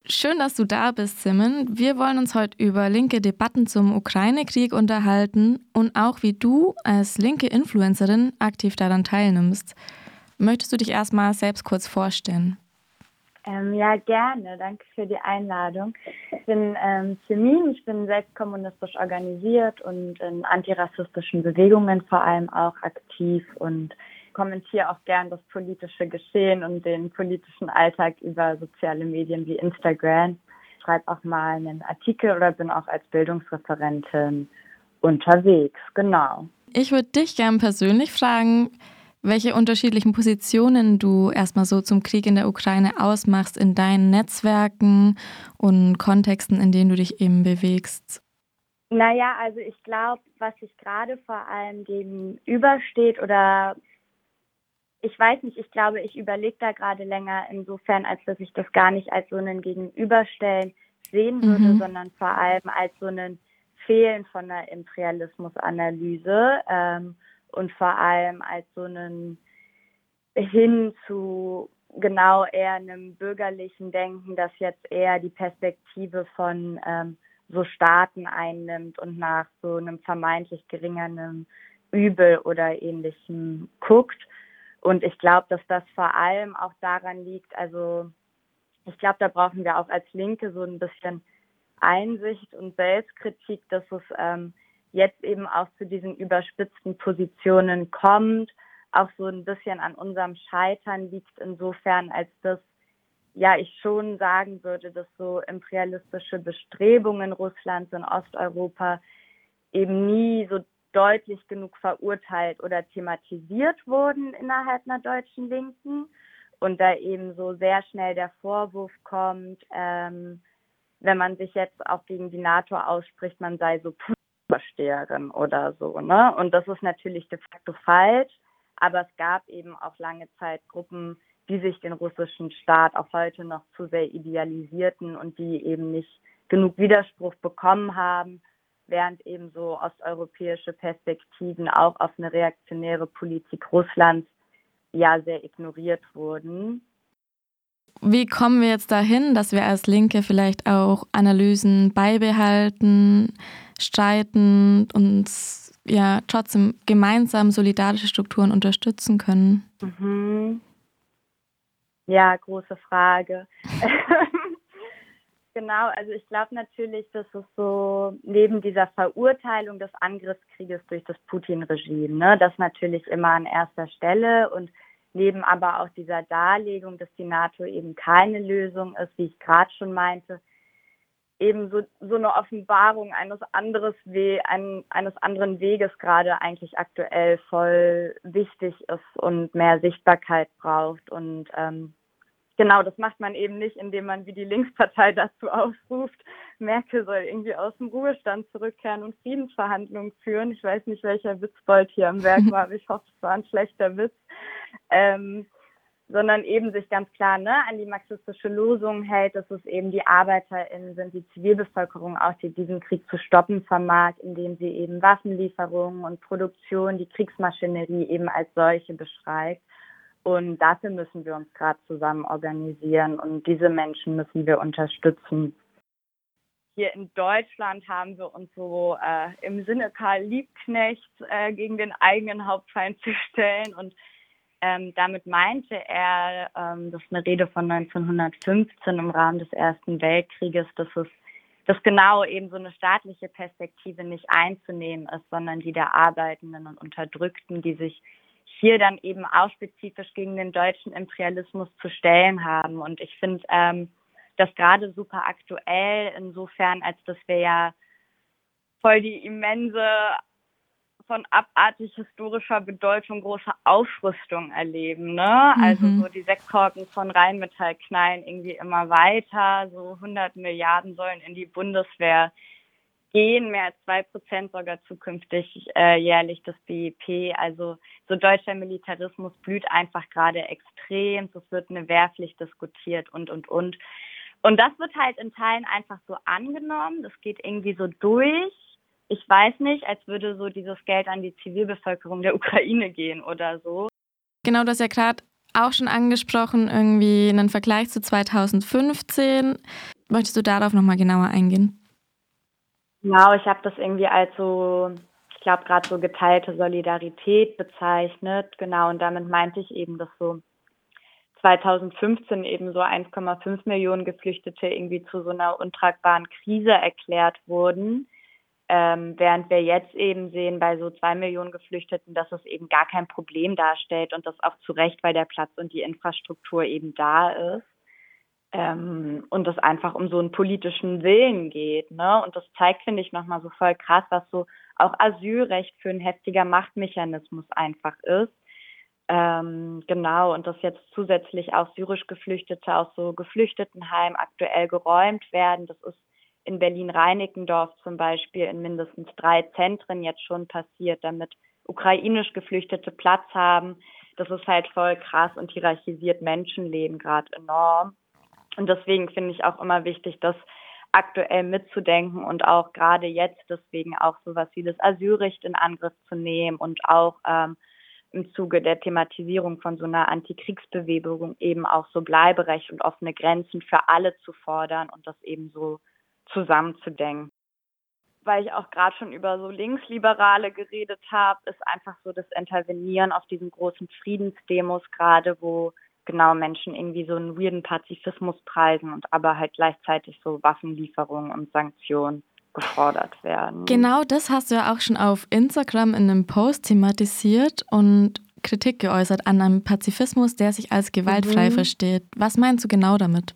Schön, dass du da bist, Simen. Wir wollen uns heute über linke Debatten zum Ukraine-Krieg unterhalten und auch wie du als linke Influencerin aktiv daran teilnimmst. Möchtest du dich erstmal selbst kurz vorstellen? Ja, gerne. Danke für die Einladung. Ich bin Simin, ich bin selbst kommunistisch organisiert und in antirassistischen Bewegungen vor allem auch aktiv und kommentiere auch gern das politische Geschehen und den politischen Alltag über soziale Medien wie Instagram. Ich schreibe auch mal einen Artikel oder bin auch als Bildungsreferentin unterwegs. Genau. Ich würde dich gern persönlich fragen, welche unterschiedlichen Positionen du erstmal so zum Krieg in der Ukraine ausmachst in deinen Netzwerken und Kontexten, in denen du dich eben bewegst. Naja, also ich glaube, was sich gerade vor allem gegenübersteht oder ich weiß nicht, ich glaube, ich überlege da gerade länger insofern, als dass ich das gar nicht als so einen Gegenüberstellen sehen würde, sondern vor allem als so einen Fehlen von einer Imperialismusanalyse und vor allem als so einen hin zu genau eher einem bürgerlichen Denken, das jetzt eher die Perspektive von so Staaten einnimmt und nach so einem vermeintlich geringeren Übel oder Ähnlichem guckt. Und ich glaube, dass das vor allem auch daran liegt, also ich glaube, da brauchen wir auch als Linke so ein bisschen Einsicht und Selbstkritik, dass es jetzt eben auch zu diesen überspitzten Positionen kommt, auch so ein bisschen an unserem Scheitern liegt insofern, als dass ja ich schon sagen würde, dass so imperialistische Bestrebungen Russlands in Osteuropa eben nie so deutlich genug verurteilt oder thematisiert wurden innerhalb einer deutschen Linken und da eben so sehr schnell der Vorwurf kommt, wenn man sich jetzt auch gegen die NATO ausspricht, man sei so Putin-Versteherin oder so, ne? Und das ist natürlich de facto falsch, aber es gab eben auch lange Zeit Gruppen, die sich den russischen Staat auch heute noch zu sehr idealisierten und die eben nicht genug Widerspruch bekommen haben, während eben so osteuropäische Perspektiven auch auf eine reaktionäre Politik Russlands ja sehr ignoriert wurden. Wie kommen wir jetzt dahin, dass wir als Linke vielleicht auch Analysen beibehalten, streiten und ja trotzdem gemeinsam solidarische Strukturen unterstützen können? Ja, große Frage. Genau, also ich glaube natürlich, dass es so neben dieser Verurteilung des Angriffskrieges durch das Putin-Regime, ne, das natürlich immer an erster Stelle und neben aber auch dieser Darlegung, dass die NATO eben keine Lösung ist, wie ich gerade schon meinte, eben so eine Offenbarung eines anderen Weges gerade eigentlich aktuell voll wichtig ist und mehr Sichtbarkeit braucht. Und genau, das macht man eben nicht, indem man wie die Linkspartei dazu aufruft, Merkel soll irgendwie aus dem Ruhestand zurückkehren und Friedensverhandlungen führen. Ich weiß nicht, welcher Witzbold hier am Werk war, aber ich hoffe, es war ein schlechter Witz. Sondern eben sich ganz klar an die marxistische Losung hält, dass es eben die ArbeiterInnen sind, die Zivilbevölkerung auch, die diesen Krieg zu stoppen vermag, indem sie eben Waffenlieferungen und Produktion, die Kriegsmaschinerie eben als solche beschreibt. Und dafür müssen wir uns gerade zusammen organisieren und diese Menschen müssen wir unterstützen. Hier in Deutschland haben wir uns so im Sinne Karl Liebknechts gegen den eigenen Hauptfeind zu stellen und damit meinte er, das ist eine Rede von 1915 im Rahmen des Ersten Weltkrieges, dass genau eben so eine staatliche Perspektive nicht einzunehmen ist, sondern die der Arbeitenden und Unterdrückten, die sich hier dann eben auch spezifisch gegen den deutschen Imperialismus zu stellen haben. Und ich finde das gerade super aktuell, insofern, als dass wir ja voll die immense von abartig historischer Bedeutung große Aufrüstung erleben, ne? Also so die Sektkorken von Rheinmetall knallen irgendwie immer weiter, so 100 Milliarden sollen in die Bundeswehr gehen, mehr als 2% sogar zukünftig jährlich das BIP. Also so deutscher Militarismus blüht einfach gerade extrem, es wird eine Wehrpflicht diskutiert und. Und das wird halt in Teilen einfach so angenommen, das geht irgendwie so durch. Ich weiß nicht, als würde so dieses Geld an die Zivilbevölkerung der Ukraine gehen oder so. Genau, du hast ja gerade auch schon angesprochen, irgendwie einen Vergleich zu 2015. Möchtest du darauf nochmal genauer eingehen? Genau, ich habe das irgendwie als so, ich glaube, gerade so geteilte Solidarität bezeichnet. Genau, und damit meinte ich eben, dass so 2015 eben so 1,5 Millionen Geflüchtete irgendwie zu so einer untragbaren Krise erklärt wurden. Während wir jetzt eben sehen bei so 2 Millionen Geflüchteten, dass es eben gar kein Problem darstellt und das auch zu Recht, weil der Platz und die Infrastruktur eben da ist. Und es einfach um so einen politischen Willen geht, ne? Und das zeigt, finde ich, nochmal so voll krass, was so auch Asylrecht für ein heftiger Machtmechanismus einfach ist. Genau, und dass jetzt zusätzlich auch syrisch Geflüchtete aus so Geflüchtetenheimen aktuell geräumt werden. Das ist in Berlin-Reinickendorf zum Beispiel in mindestens 3 Zentren jetzt schon passiert, damit ukrainisch Geflüchtete Platz haben. Das ist halt voll krass und hierarchisiert Menschenleben gerade enorm. Und deswegen finde ich auch immer wichtig, das aktuell mitzudenken und auch gerade jetzt deswegen auch sowas wie das Asylrecht in Angriff zu nehmen und auch im Zuge der Thematisierung von so einer Antikriegsbewegung eben auch so Bleiberecht und offene Grenzen für alle zu fordern und das eben so zusammenzudenken. Weil ich auch gerade schon über so Linksliberale geredet habe, ist einfach so das Intervenieren auf diesen großen Friedensdemos gerade, wo genau Menschen irgendwie so einen weirden Pazifismus preisen und aber halt gleichzeitig so Waffenlieferungen und Sanktionen gefordert werden. Genau das hast du ja auch schon auf Instagram in einem Post thematisiert und Kritik geäußert an einem Pazifismus, der sich als gewaltfrei versteht. Was meinst du genau damit?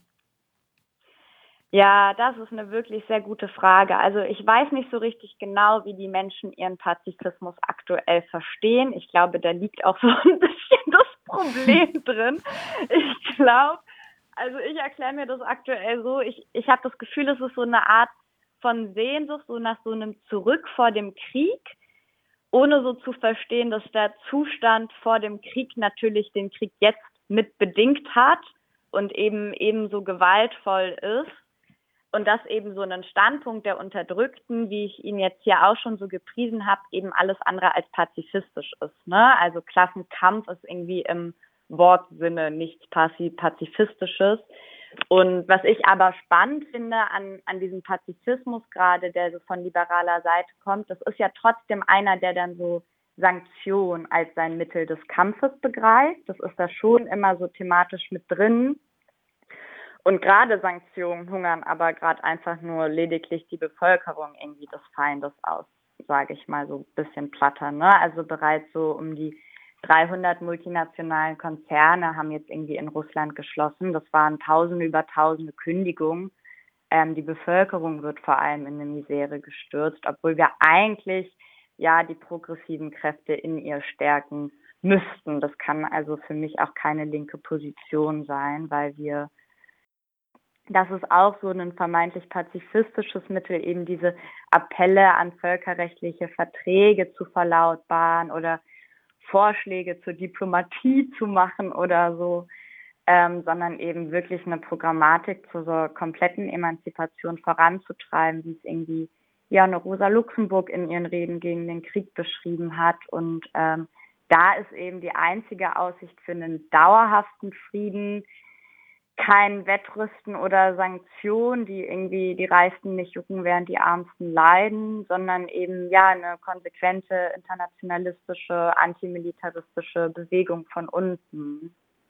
Ja, das ist eine wirklich sehr gute Frage. Also ich weiß nicht so richtig genau, wie die Menschen ihren Pazifismus aktuell verstehen. Ich glaube, da liegt auch so ein bisschen das Problem drin. Ich glaube, also ich erkläre mir das aktuell so, ich habe das Gefühl, es ist so eine Art von Sehnsucht, so nach so einem Zurück vor dem Krieg, ohne so zu verstehen, dass der Zustand vor dem Krieg natürlich den Krieg jetzt mit bedingt hat und eben ebenso gewaltvoll ist. Und das eben so ein Standpunkt der Unterdrückten, wie ich ihn jetzt hier auch schon so gepriesen habe, eben alles andere als pazifistisch ist. Ne? Also Klassenkampf ist irgendwie im Wortsinne nichts Pazifistisches. Und was ich aber spannend finde an diesem Pazifismus gerade, der so von liberaler Seite kommt, das ist ja trotzdem einer, der dann so Sanktion als sein Mittel des Kampfes begreift. Das ist da schon immer so thematisch mit drin. Und gerade Sanktionen hungern aber gerade einfach nur lediglich die Bevölkerung irgendwie des Feindes aus, sage ich mal so ein bisschen platter. Ne? Also bereits so um die 300 multinationalen Konzerne haben jetzt irgendwie in Russland geschlossen. Das waren Tausende über Tausende Kündigungen. Die Bevölkerung wird vor allem in eine Misere gestürzt, obwohl wir eigentlich ja die progressiven Kräfte in ihr stärken müssten. Das kann also für mich auch keine linke Position sein, weil das ist auch so ein vermeintlich pazifistisches Mittel, eben diese Appelle an völkerrechtliche Verträge zu verlautbaren oder Vorschläge zur Diplomatie zu machen oder so, sondern eben wirklich eine Programmatik zur kompletten Emanzipation voranzutreiben, wie es irgendwie ja eine Rosa Luxemburg in ihren Reden gegen den Krieg beschrieben hat. Und da ist eben die einzige Aussicht für einen dauerhaften Frieden kein Wettrüsten oder Sanktionen, die irgendwie die Reichsten nicht jucken, während die Ärmsten leiden, sondern eben ja eine konsequente internationalistische, antimilitaristische Bewegung von unten.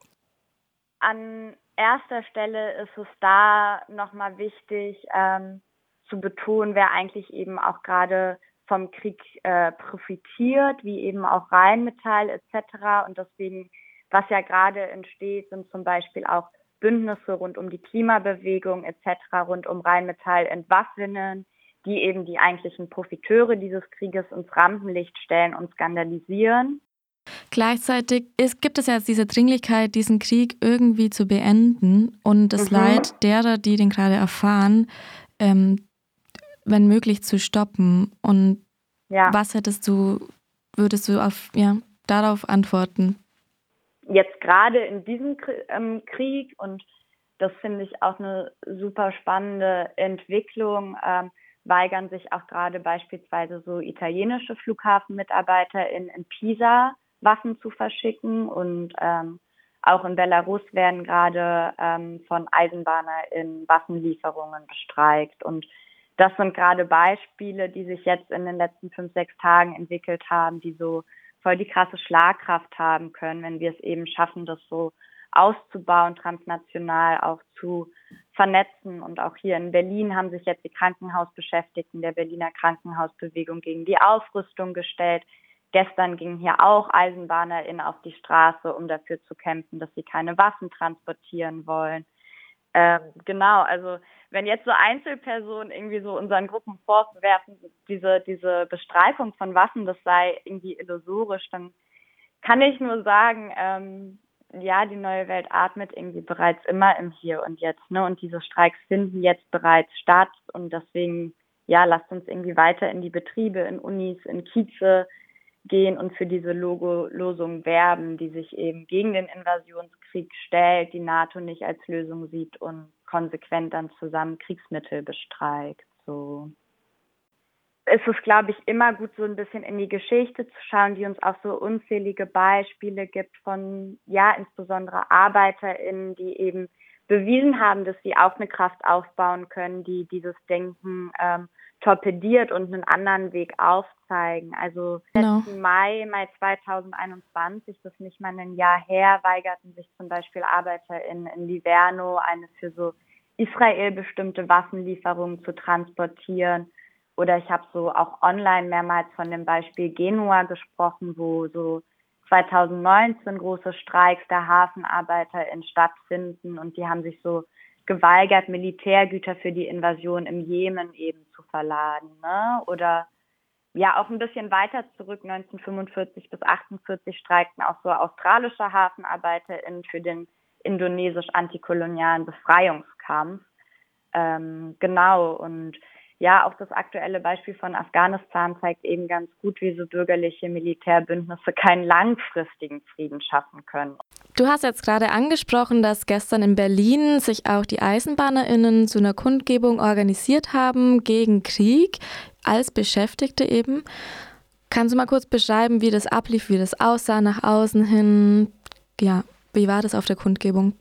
An erster Stelle ist es da nochmal wichtig zu betonen, wer eigentlich eben auch gerade vom Krieg profitiert, wie eben auch Rheinmetall etc. Und deswegen, was ja gerade entsteht, sind zum Beispiel auch Bündnisse rund um die Klimabewegung etc., rund um Rheinmetall entwaffnen, die eben die eigentlichen Profiteure dieses Krieges ins Rampenlicht stellen und skandalisieren. Gleichzeitig gibt es ja jetzt diese Dringlichkeit, diesen Krieg irgendwie zu beenden und das Leid derer, die den gerade erfahren, wenn möglich zu stoppen. Und was würdest du darauf antworten? Jetzt gerade in diesem Krieg, und das finde ich auch eine super spannende Entwicklung, weigern sich auch gerade beispielsweise so italienische Flughafenmitarbeiter in Pisa Waffen zu verschicken und auch in Belarus werden gerade von EisenbahnerInnen Waffenlieferungen bestreikt. Und das sind gerade Beispiele, die sich jetzt in den letzten 5, 6 Tagen entwickelt haben, die so voll die krasse Schlagkraft haben können, wenn wir es eben schaffen, das so auszubauen, transnational auch zu vernetzen. Und auch hier in Berlin haben sich jetzt die Krankenhausbeschäftigten der Berliner Krankenhausbewegung gegen die Aufrüstung gestellt. Gestern gingen hier auch EisenbahnerInnen auf die Straße, um dafür zu kämpfen, dass sie keine Waffen transportieren wollen. Genau, also wenn jetzt so Einzelpersonen irgendwie so unseren Gruppen vorwerfen, diese Bestreifung von Waffen, das sei irgendwie illusorisch, dann kann ich nur sagen, ja, die neue Welt atmet irgendwie bereits immer im Hier und Jetzt, ne? Und diese Streiks finden jetzt bereits statt und deswegen, ja, lasst uns irgendwie weiter in die Betriebe, in Unis, in Kieze gehen und für diese Losung werben, die sich eben gegen den Invasionskrieg stellt, die NATO nicht als Lösung sieht und konsequent dann zusammen Kriegsmittel bestreikt. So. Es ist, glaube ich, immer gut, so ein bisschen in die Geschichte zu schauen, die uns auch so unzählige Beispiele gibt von, ja, insbesondere ArbeiterInnen, die eben bewiesen haben, dass sie auch eine Kraft aufbauen können, die dieses Denken torpediert und einen anderen Weg aufzeigen. Also Genau. letzten Mai 2021, das ist nicht mal ein Jahr her, weigerten sich zum Beispiel ArbeiterInnen in Livorno eine für so Israel bestimmte Waffenlieferungen zu transportieren. Oder ich habe so auch online mehrmals von dem Beispiel Genua gesprochen, wo so 2019 große Streiks der HafenarbeiterInnen stattfinden und die haben sich so geweigert, Militärgüter für die Invasion im Jemen eben zu verladen, ne? Oder ja, auch ein bisschen weiter zurück, 1945 bis 48 streikten auch so australische HafenarbeiterInnen für den indonesisch-antikolonialen Befreiungskampf. Genau, und ja, auch das aktuelle Beispiel von Afghanistan zeigt eben ganz gut, wie so bürgerliche Militärbündnisse keinen langfristigen Frieden schaffen können. Du hast jetzt gerade angesprochen, dass gestern in Berlin sich auch die EisenbahnerInnen zu einer Kundgebung organisiert haben gegen Krieg, als Beschäftigte eben. Kannst du mal kurz beschreiben, wie das ablief, wie das aussah nach außen hin? Ja, wie war das auf der Kundgebung?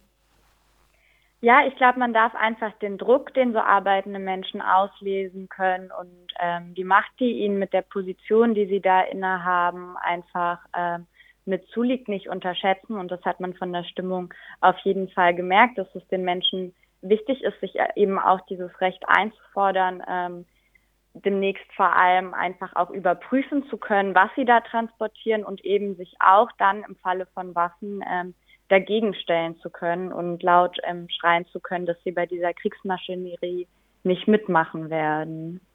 Ja, ich glaube, man darf einfach den Druck, den so arbeitende Menschen auslesen können und die Macht, die ihnen mit der Position, die sie da innehaben, einfach mit zuliegt, nicht unterschätzen. Und das hat man von der Stimmung auf jeden Fall gemerkt, dass es den Menschen wichtig ist, sich eben auch dieses Recht einzufordern, demnächst vor allem einfach auch überprüfen zu können, was sie da transportieren und eben sich auch dann im Falle von Waffen dagegen stellen zu können und laut schreien zu können, dass sie bei dieser Kriegsmaschinerie nicht mitmachen werden.